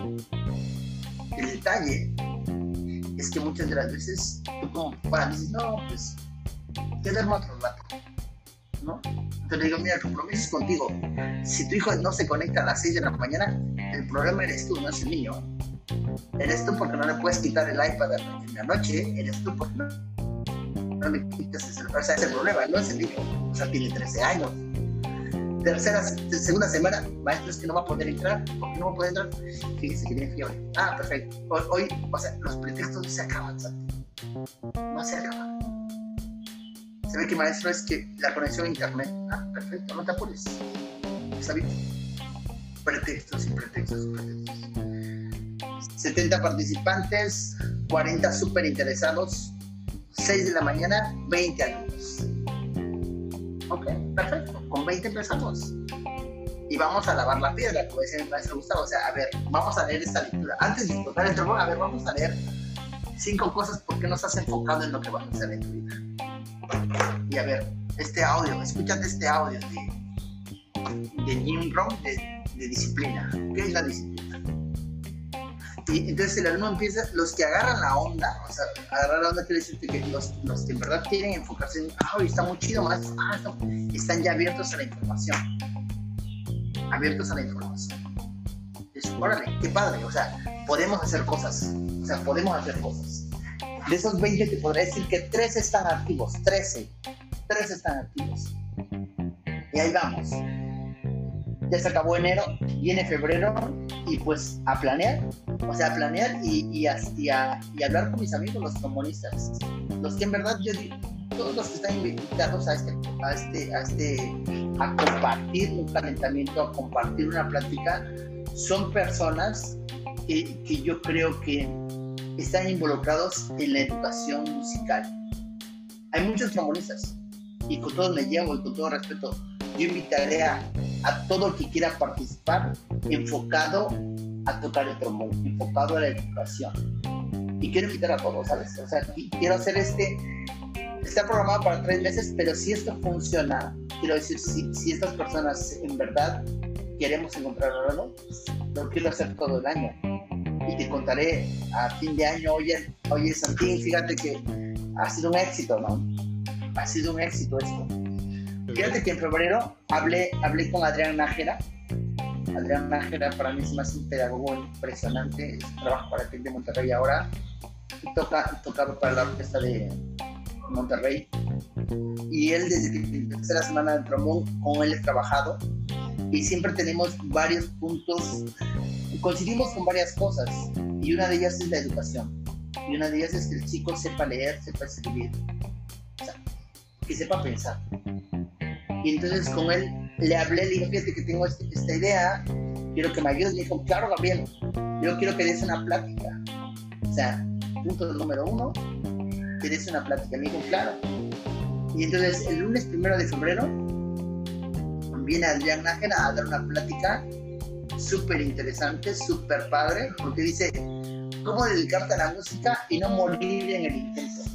El detalle es que muchas de las veces tú como papá dices, no, pues quédame otro rato, ¿no? Entonces le digo, mira, el compromiso es contigo. Si tu hijo no se conecta a las seis de la mañana, el problema eres tú, no es el niño. Eres tú porque no le puedes quitar el iPad en la noche, eres tú porque no, no le quitas el celular. O sea, ese es el problema, no es el niño. O sea, tiene trece años. Tercera, segunda semana, maestro, es que no va a poder entrar. ¿Por qué no va a poder entrar? Fíjese que tiene fiebre. Ah, perfecto. Hoy, hoy o sea, los pretextos no se acaban, ¿sabes? No se acaban. Se ve que maestro es que la conexión a internet. Ah, perfecto, no te apures. Está bien. pretextos y pretextos y pretextos. setenta participantes, cuarenta súper interesados, seis de la mañana, veinte alumnos. Ok, perfecto, con veinte empezamos. Y vamos a lavar la piedra, como decía mi maestro Gustavo. O sea, a ver, vamos a leer esta lectura. Antes de tocar el trombón, a ver, vamos a leer cinco cosas por qué no estás enfocado en lo que vas a hacer en tu vida. Y a ver, este audio, escúchate este audio de, de Jim Rohn de, de disciplina. ¿Qué es la disciplina? Y entonces el alumno empieza, los que agarran la onda, o sea, agarrar la onda quiere decir que los, los que en verdad quieren enfocarse en, ah, está muy chido, más, ah, no, están ya abiertos a la información. Abiertos a la información. Es, órale, qué padre, o sea, podemos hacer cosas, o sea, podemos hacer cosas. De esos veinte te podría decir que trece están activos, trece, trece están activos. Y ahí vamos. Ya se acabó enero, viene febrero y pues a planear, o sea, a planear y, y, a, y, a, y a hablar con mis amigos, los trombonistas, los que en verdad yo digo, todos los que están invitados a este, a este, a este, a compartir un calentamiento, a compartir una plática, son personas que, que yo creo que están involucrados en la educación musical. Hay muchos trombonistas y con todos me llevo y con todo respeto, yo invitaré a, a todo el que quiera participar enfocado a tocar el trombón, enfocado a la educación. Y quiero invitar a todos, ¿sabes? O sea, quiero hacer este... Está programado para tres meses, pero si esto funciona, quiero decir, si, si estas personas en verdad queremos encontrar algo, lo quiero hacer todo el año. Y te contaré a fin de año, oye, oye Santín, fíjate que ha sido un éxito, ¿no? Ha sido un éxito esto. Fíjate que en febrero hablé, hablé con Adrián Nájera. Adrián Nájera para mí es más un pedagogo impresionante. Trabaja para el T E C de Monterrey ahora. Y toca, tocaba para la orquesta de Monterrey. Y él, desde que empecé la semana del trombón, con él he trabajado. Y siempre tenemos varios puntos. Coincidimos con varias cosas. Y una de ellas es la educación. Y una de ellas es que el chico sepa leer, sepa escribir. O sea, que sepa pensar. Y entonces con él le hablé, le dije, fíjate que tengo este, esta idea, quiero que me ayudes. Me dijo, claro, Gabriel, yo quiero que des una plática. O sea, punto número uno, que des una plática. Me dijo, claro. Y entonces el lunes primero de febrero viene Adrián Nájera a dar una plática súper interesante, súper padre, porque dice, ¿cómo dedicarte a la música y no morir en el intento?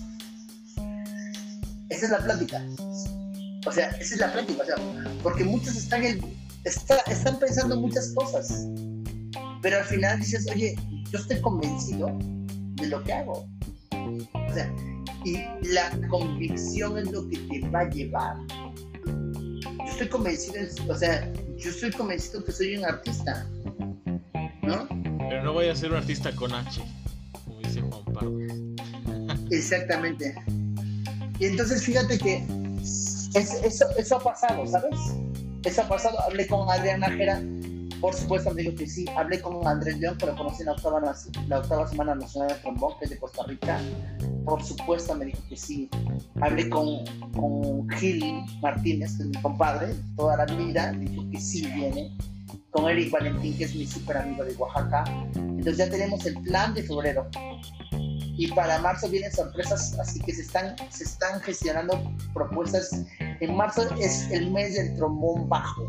Esa es la plática. O sea, esa es la plática, o sea, porque muchos están, en, está, están pensando muchas cosas, pero al final dices, oye, yo estoy convencido de lo que hago. O sea, y la convicción es lo que te va a llevar. Yo estoy convencido, o sea, yo estoy convencido que soy un artista, ¿no? Pero no voy a ser un artista con H, como dice Juan Pardo. Exactamente. Y entonces fíjate que Es, eso, eso ha pasado, ¿sabes? Eso ha pasado. Hablé con Adrián Nájera, por supuesto me dijo que sí. Hablé con Andrés León, que lo conocí en la octava, la octava Semana Nacional de Trombón, que es de Costa Rica. Por supuesto me dijo que sí. Hablé con, con Gil Martínez, que es mi compadre, toda la vida, me dijo que sí viene. Con Eric Valentín, que es mi súper amigo de Oaxaca. Entonces ya tenemos el plan de febrero. Y para marzo vienen sorpresas, así que se están, se están gestionando propuestas. En marzo es el mes del trombón bajo.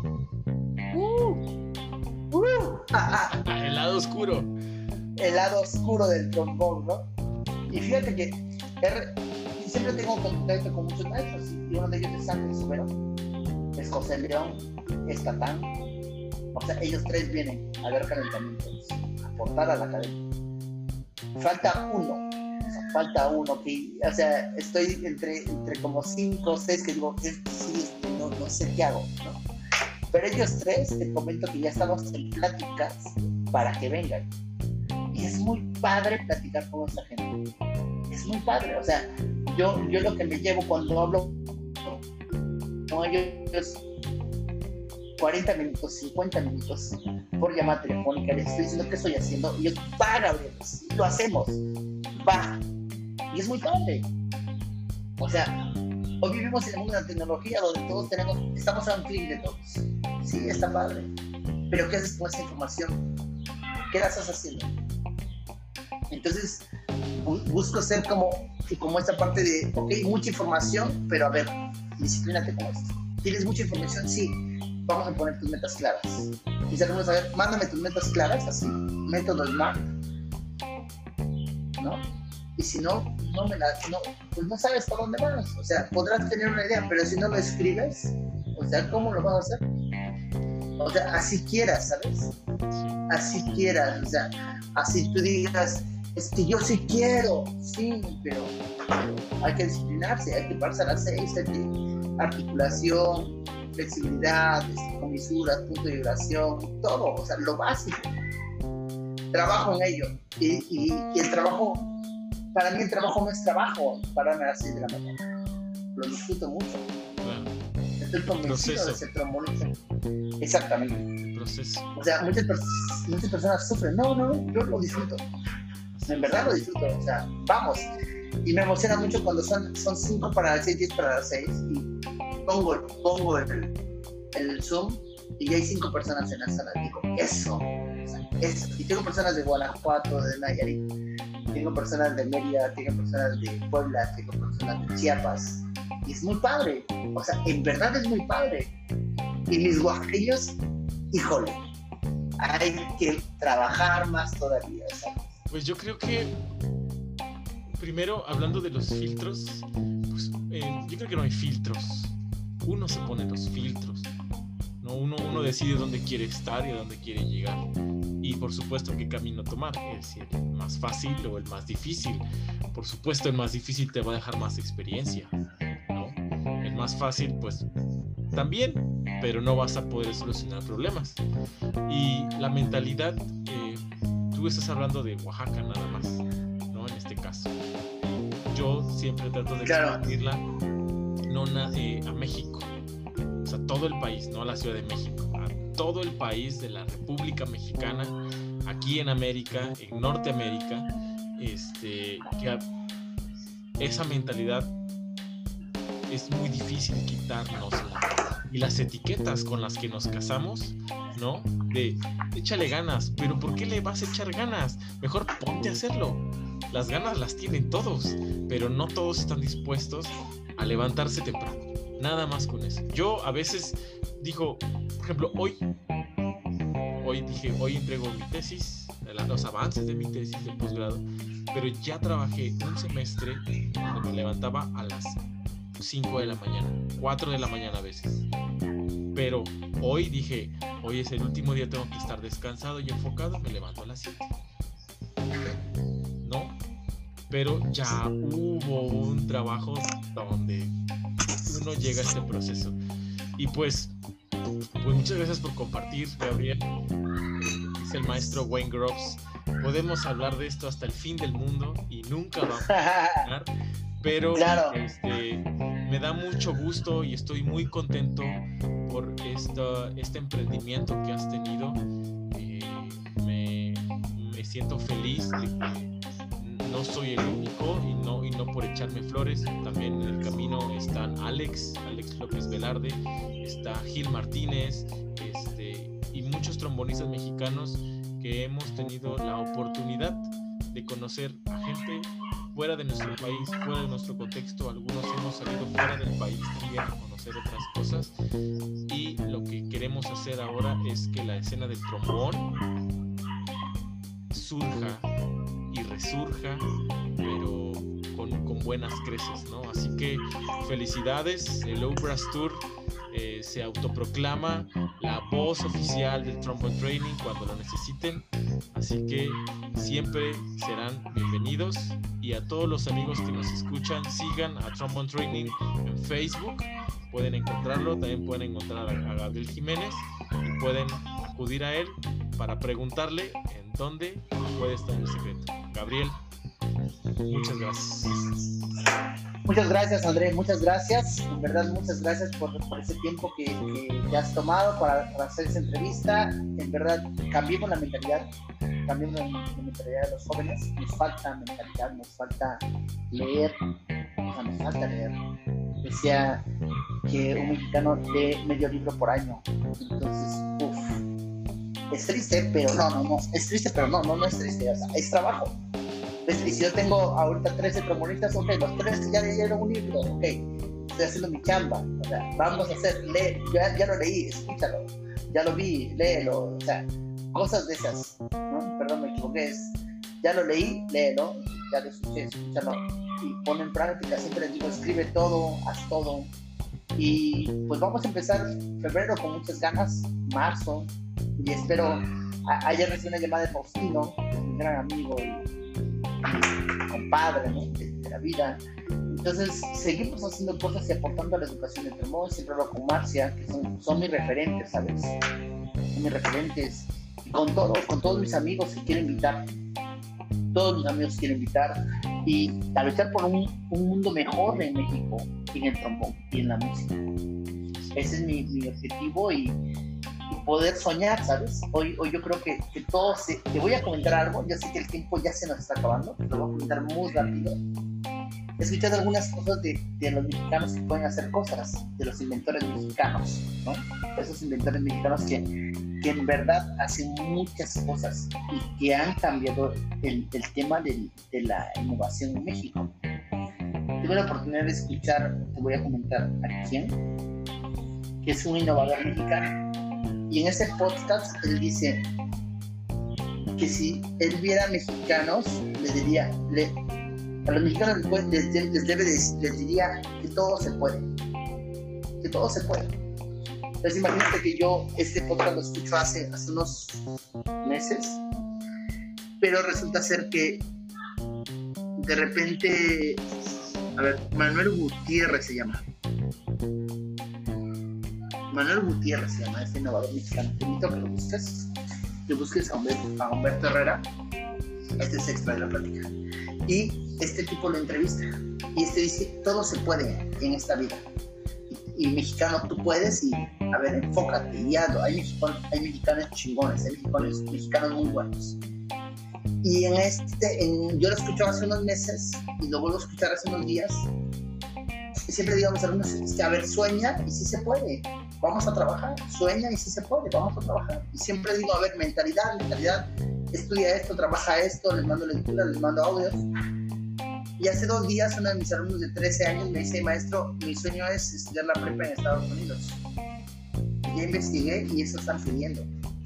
Uh, uh, ah, ah. El lado oscuro. El lado oscuro del trombón, ¿no? Y fíjate que er, siempre tengo contacto con muchos maestros. Y uno de ellos es Ángel Subero, es José León, es Tatán. O sea, ellos tres vienen a ver calentamientos, a aportar a la academia. Falta uno. Falta uno, que, o sea, estoy entre, entre como cinco o seis que digo, es, sí, no, no sé qué hago, ¿no? Pero ellos tres, te comento que ya estamos en pláticas para que vengan. Y es muy padre platicar con esta gente. Es muy padre, o sea, yo, yo lo que me llevo cuando hablo con ellos, cuarenta minutos, cincuenta minutos por llamada telefónica, les estoy diciendo qué estoy haciendo, y ellos, va, Gabriel, lo hacemos, va. Y es muy padre. O sea, hoy vivimos en el mundo de la tecnología donde todos tenemos, estamos a un clic de todos. Sí, está padre. pero ¿qué haces con esa información? ¿Qué la estás haciendo? Entonces, bu- busco ser como, como esta parte de, ok, mucha información, pero a ver, disciplínate con esto. ¿Tienes mucha información? Sí. Vamos a poner tus metas claras. Y si algunos, a ver, mándame tus metas claras, así, método SMART, ¿no? Y si no, no me la, no, pues no sabes por dónde vas. O sea, podrás tener una idea, pero si no lo escribes, o sea, ¿cómo lo vas a hacer? O sea, así quieras, ¿sabes? Así quieras, o sea, así tú digas, es que yo sí quiero, sí, pero, pero hay que disciplinarse, hay que pararse a las seis, hay que articulación, flexibilidad, comisuras, punto de vibración, todo, o sea, lo básico. Trabajo en ello. Y, y, y el trabajo, para mí el trabajo no es trabajo, pararme a las seis de la mañana. Lo disfruto mucho. Claro. Estoy convencido Proceso. de ser trombonista. Exactamente. Proceso. O sea, muchas, pers- muchas personas sufren. No, no, yo lo disfruto. En verdad lo disfruto. O sea, vamos. Y me emociona mucho cuando son, son cinco para las seis, diez para las seis. Y pongo, pongo el, el Zoom y ya hay cinco personas en la sala. Digo, eso. O sea, eso. Y tengo personas de Guanajuato, de Nayarit. Tengo personas de Mérida, tengo personas de Puebla, tengo personas de Chiapas. Y es muy padre. O sea, en verdad es muy padre. Y mis oaxaqueños, híjole, hay que trabajar más todavía, ¿sabes? Pues yo creo que, primero, hablando de los filtros, pues eh, yo creo que no hay filtros. Uno se pone los filtros, ¿no? Uno, uno decide dónde quiere estar y a dónde quiere llegar. Y por supuesto qué camino tomar, es decir, el más fácil o el más difícil. Por supuesto el más difícil te va a dejar más experiencia, ¿no? El más fácil, pues también, pero no vas a poder solucionar problemas. Y la mentalidad, eh, tú estás hablando de Oaxaca nada más, ¿no? En este caso. Yo siempre trato de Claro. expandirla no na- eh, a México, o sea, todo el país, no a la Ciudad de México, a todo el país de la República Mexicana, aquí en América, en Norteamérica, este, que a- esa mentalidad es muy difícil quitárnosla. Y las etiquetas con las que nos casamos, ¿no? De échale ganas, pero ¿por qué le vas a echar ganas? Mejor ponte a hacerlo. Las ganas las tienen todos, pero no todos están dispuestos a levantarse temprano. Nada más con eso. Yo a veces digo, por ejemplo, hoy, hoy dije, hoy entrego mi tesis, los avances de mi tesis de posgrado, pero ya trabajé un semestre donde me levantaba a las cinco de la mañana, cuatro de la mañana a veces. Pero hoy dije, hoy es el último día, tengo que estar descansado y enfocado, me levanto a las siete. ¿No? Pero ya hubo un trabajo donde uno llega a este proceso. Y pues, pues muchas gracias por compartir, Gabriel. Dice el maestro Wayne Groves, podemos hablar de esto hasta el fin del mundo y nunca vamos a terminar. Pero Claro. este, me da mucho gusto y estoy muy contento por esta, este emprendimiento que has tenido. Eh, me, me siento feliz de que no soy el único y no, y no por echarme flores. También en el camino están Alex, Alex López Velarde, está Gil Martínez, este, y muchos trombonistas mexicanos que hemos tenido la oportunidad de conocer a gente fuera de nuestro país, fuera de nuestro contexto. Algunos hemos salido fuera del país también a conocer otras cosas, y lo que queremos hacer ahora es que la escena del trombón surja y resurja, pero con, con buenas creces, ¿no? Así que felicidades. El Low Brass Tour eh, se autoproclama la voz oficial del Trombone Training cuando lo necesiten, así que siempre serán bienvenidos. Y a todos los amigos que nos escuchan, sigan a Trombone Training en Facebook, pueden encontrarlo, también pueden encontrar a, a Gabriel Jiménez y pueden acudir a él para preguntarle en dónde puede estar el secreto. Gabriel, muchas gracias. Muchas gracias, André, muchas gracias. En verdad, muchas gracias por, por ese tiempo que, que, que has tomado para, para hacer esta entrevista. En verdad, cambiemos la mentalidad, cambiemos la, la mentalidad de los jóvenes. Nos falta mentalidad, nos falta leer, o sea, nos falta leer. Decía que un mexicano lee medio libro por año. Entonces, uff, es triste, pero no, no, no, es triste, pero no, no, no es triste, o sea, es trabajo. Y si yo tengo ahorita trece trombonistas, ok, los tres ya leyeron un libro, ok, estoy haciendo mi chamba, o sea, vamos a hacer, lee, ya, ya lo leí, escúchalo, ya lo vi, léelo, o sea, cosas de esas, ¿no? Perdón, me equivoqué, es, ya lo leí, léelo, ya lo escuché, escúchalo, y pon en práctica, siempre les digo, escribe todo, haz todo, y pues vamos a empezar febrero con muchas ganas, marzo, y espero, a, ayer recibí una llamada de Faustino, mi gran amigo, y compadre, ¿no? de, de la vida. Entonces seguimos haciendo cosas y aportando a la educación de trombón. Siempre hablo con Marcia, que son, son mis referentes, ¿sabes? Son mis referentes. Y con todos, con todos mis amigos que quiero invitar. Todos mis amigos quiero invitar y a luchar por un, un mundo mejor en México, en el trombón y en la música. Ese es mi, mi objetivo y poder soñar, ¿sabes? Hoy, hoy yo creo que, que todo se... Te voy a comentar algo, yo sé que el tiempo ya se nos está acabando, pero lo voy a comentar muy rápido. He escuchado algunas cosas de, de los mexicanos que pueden hacer cosas, de los inventores mexicanos, ¿no? Esos inventores mexicanos que, que en verdad hacen muchas cosas y que han cambiado el, el tema del, de la innovación en México. Tuve la oportunidad de escuchar, te voy a comentar a quién, que es un innovador mexicano. Y en ese podcast él dice que si él viera mexicanos, le diría, le, a los mexicanos les, les, les, debe de, les diría que todo se puede, que todo se puede. Entonces imagínate que yo este podcast lo escucho hace, hace unos meses, pero resulta ser que de repente, a ver, Manuel Gutiérrez se llama. Manuel Gutiérrez se llama, este innovador mexicano. Te invito a que lo busques, que busques a Humberto, a Humberto Herrera. Este es extra de la plática. Y este tipo lo entrevista. Y este dice, todo se puede en esta vida. Y, y mexicano, tú puedes y, a ver, enfócate y hazlo. Hay mexicanos, hay mexicanos chingones, hay mexicanos, mexicanos muy buenos. Y en este, en, yo lo escuché hace unos meses y lo vuelvo a escuchar hace unos días. Y siempre digamos a algunos, es que a ver, sueña y sí se puede. Vamos a trabajar, sueña y sí se puede, vamos a trabajar. Y siempre digo, a ver, mentalidad, mentalidad, estudia esto, trabaja esto, les mando lecturas, les mando audios. Y hace dos días uno de mis alumnos de trece años me dice, maestro, mi sueño es estudiar la prepa en Estados Unidos. Y ya investigué y eso están pidiendo.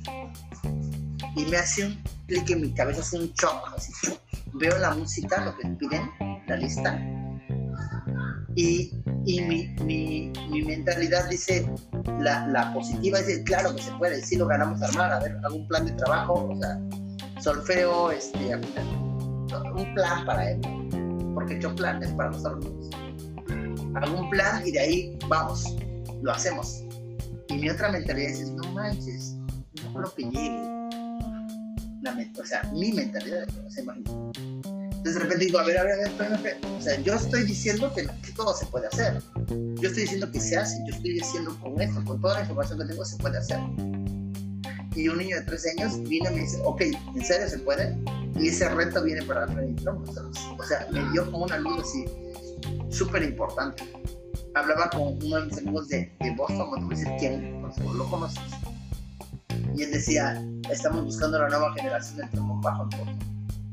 Y me hace un clic en mi cabeza, hace un shock, así, veo la música, lo que piden, la lista. Y, y mi, mi, mi mentalidad dice, la, la positiva dice, claro que se puede, si lo ganamos a armar, a ver, algún plan de trabajo, o sea, solfeo, este, un plan para él, porque he hecho planes para los alumnos, algún plan y de ahí vamos, lo hacemos. Y mi otra mentalidad dice, no manches, no creo que llegue, la, o sea, mi mentalidad, o sea, imagínate. Entonces de repente digo, a ver, a ver, a ver, espérame, espérame. O sea, yo estoy diciendo que, que todo se puede hacer. Yo estoy diciendo que se hace. Yo estoy diciendo con esto, con toda la información que tengo, se puede hacer. Y un niño de trece años viene y me dice, ok, ¿en serio se puede? Y ese reto viene para Freddy Trump. O sea, me dio como una luz así, súper importante. Hablaba con uno de mis amigos de, de Boston, no te voy a decir quién, por favor, lo conoces. Y él decía, estamos buscando la nueva generación del trombón bajo en Boston.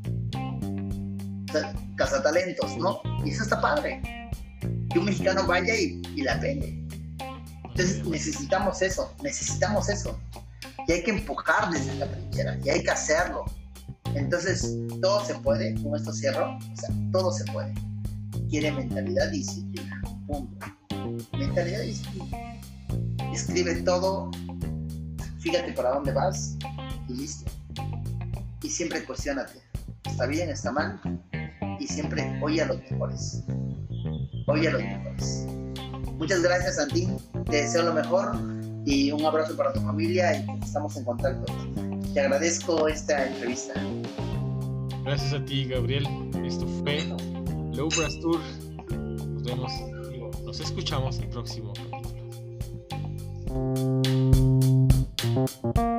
Cazatalentos, ¿no? Y eso está padre. Que un mexicano vaya y, y la pegue. Entonces necesitamos eso, necesitamos eso. Y hay que empujar desde la trinchera, y hay que hacerlo. Entonces, todo se puede, con esto cierro, o sea, todo se puede. Quiere mentalidad y disciplina, punto. Mentalidad y disciplina. Escribe todo, fíjate para dónde vas y listo. Y siempre cuestiónate. ¿Está bien? ¿Está mal? Y siempre oye a los mejores. Oye a los mejores. Muchas gracias, Santi. Te deseo lo mejor y un abrazo para tu familia y estamos en contacto. Te agradezco esta entrevista. Gracias a ti, Gabriel. Esto fue Low Brass Tour. Nos vemos, digo, nos escuchamos el próximo capítulo.